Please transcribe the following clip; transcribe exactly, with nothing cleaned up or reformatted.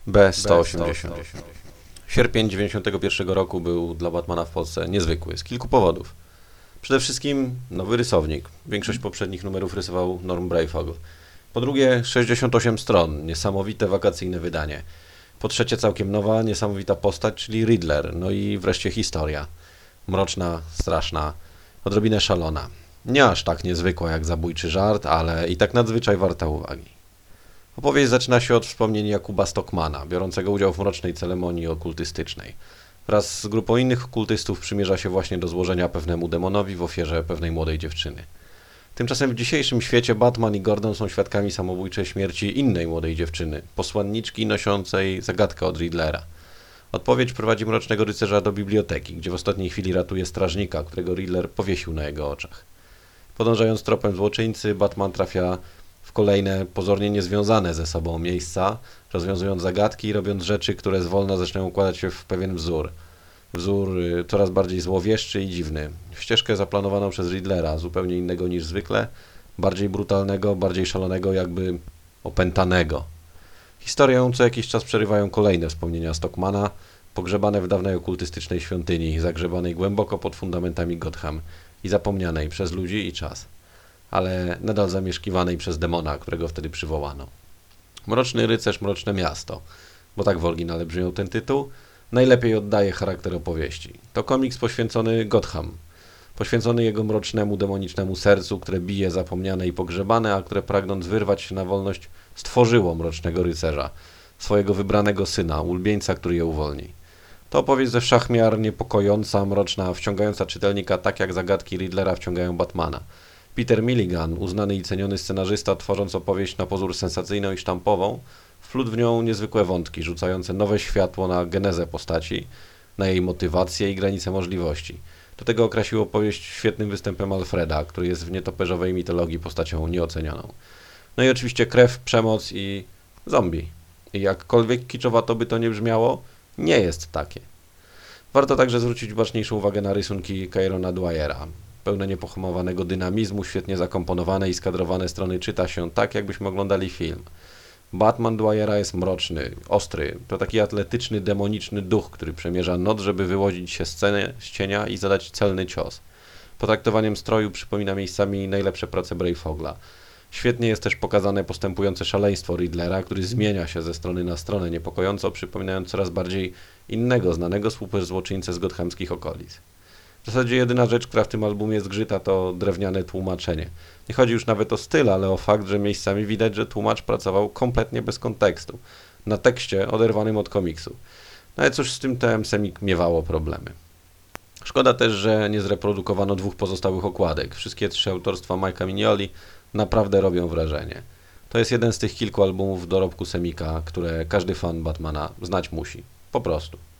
B sto osiemdziesiąt. Sierpień dziewięćdziesiątego pierwszego roku był dla Batmana w Polsce niezwykły z kilku powodów. Przede wszystkim nowy rysownik. Większość poprzednich numerów rysował Norm Breyfogle. Po drugie sześćdziesiąt osiem stron, niesamowite wakacyjne wydanie. Po trzecie całkiem nowa, niesamowita postać, czyli Riddler. No i wreszcie historia. Mroczna, straszna, odrobinę szalona. Nie aż tak niezwykła jak zabójczy żart, ale i tak nadzwyczaj warta uwagi. Opowieść zaczyna się od wspomnień Jakuba Stockmana, biorącego udział w mrocznej ceremonii okultystycznej. Wraz z grupą innych okultystów przymierza się właśnie do złożenia pewnemu demonowi w ofierze pewnej młodej dziewczyny. Tymczasem w dzisiejszym świecie Batman i Gordon są świadkami samobójczej śmierci innej młodej dziewczyny, posłanniczki noszącej zagadkę od Riddlera. Odpowiedź prowadzi Mrocznego Rycerza do biblioteki, gdzie w ostatniej chwili ratuje strażnika, którego Riddler powiesił na jego oczach. Podążając tropem złoczyńcy, Batman trafia w kolejne, pozornie niezwiązane ze sobą miejsca, rozwiązując zagadki i robiąc rzeczy, które zwolna zaczynają układać się w pewien wzór. Wzór y, coraz bardziej złowieszczy i dziwny. Ścieżkę zaplanowaną przez Riddlera, zupełnie innego niż zwykle, bardziej brutalnego, bardziej szalonego, jakby opętanego. Historię co jakiś czas przerywają kolejne wspomnienia Stockmana, pogrzebane w dawnej okultystycznej świątyni, zagrzebanej głęboko pod fundamentami Gotham i zapomnianej przez ludzi i czas, ale nadal zamieszkiwanej przez demona, którego wtedy przywołano. Mroczny Rycerz, Mroczne Miasto, bo tak w oryginale brzmiał ten tytuł, najlepiej oddaje charakter opowieści. To komiks poświęcony Gotham, poświęcony jego mrocznemu, demonicznemu sercu, które bije zapomniane i pogrzebane, a które pragnąc wyrwać się na wolność stworzyło Mrocznego Rycerza, swojego wybranego syna, ulubieńca, który je uwolni. To opowieść ze wszech miar niepokojąca, mroczna, wciągająca czytelnika tak jak zagadki Riddlera wciągają Batmana. Peter Milligan, uznany i ceniony scenarzysta, tworząc opowieść na pozór sensacyjną i sztampową, wplótł w nią niezwykłe wątki, rzucające nowe światło na genezę postaci, na jej motywację i granice możliwości. Do tego okrasił opowieść świetnym występem Alfreda, który jest w nietoperzowej mitologii postacią nieocenioną. No i oczywiście krew, przemoc i zombie. I jakkolwiek kiczowato by to nie brzmiało, nie jest takie. Warto także zwrócić baczniejszą uwagę na rysunki Kierona Dwyera. Pełne niepohamowanego dynamizmu, świetnie zakomponowane i skadrowane strony czyta się tak, jakbyśmy oglądali film. Batman Dwyera jest mroczny, ostry. To taki atletyczny, demoniczny duch, który przemierza noc, żeby wyłodzić się scenę z cienia i zadać celny cios. Potraktowaniem stroju przypomina miejscami najlepsze prace Breyfogla. Świetnie jest też pokazane postępujące szaleństwo Riddlera, który zmienia się ze strony na stronę, niepokojąco przypominając coraz bardziej innego, znanego superzłoczyńcę z gothamskich okolic. W zasadzie jedyna rzecz, która w tym albumie zgrzyta, to drewniane tłumaczenie. Nie chodzi już nawet o styl, ale o fakt, że miejscami widać, że tłumacz pracował kompletnie bez kontekstu, na tekście oderwanym od komiksu. No ale cóż, z tym T M Semik miewało problemy. Szkoda też, że nie zreprodukowano dwóch pozostałych okładek. Wszystkie trzy autorstwa Mike'a Mignoli naprawdę robią wrażenie. To jest jeden z tych kilku albumów w dorobku Semika, które każdy fan Batmana znać musi. Po prostu.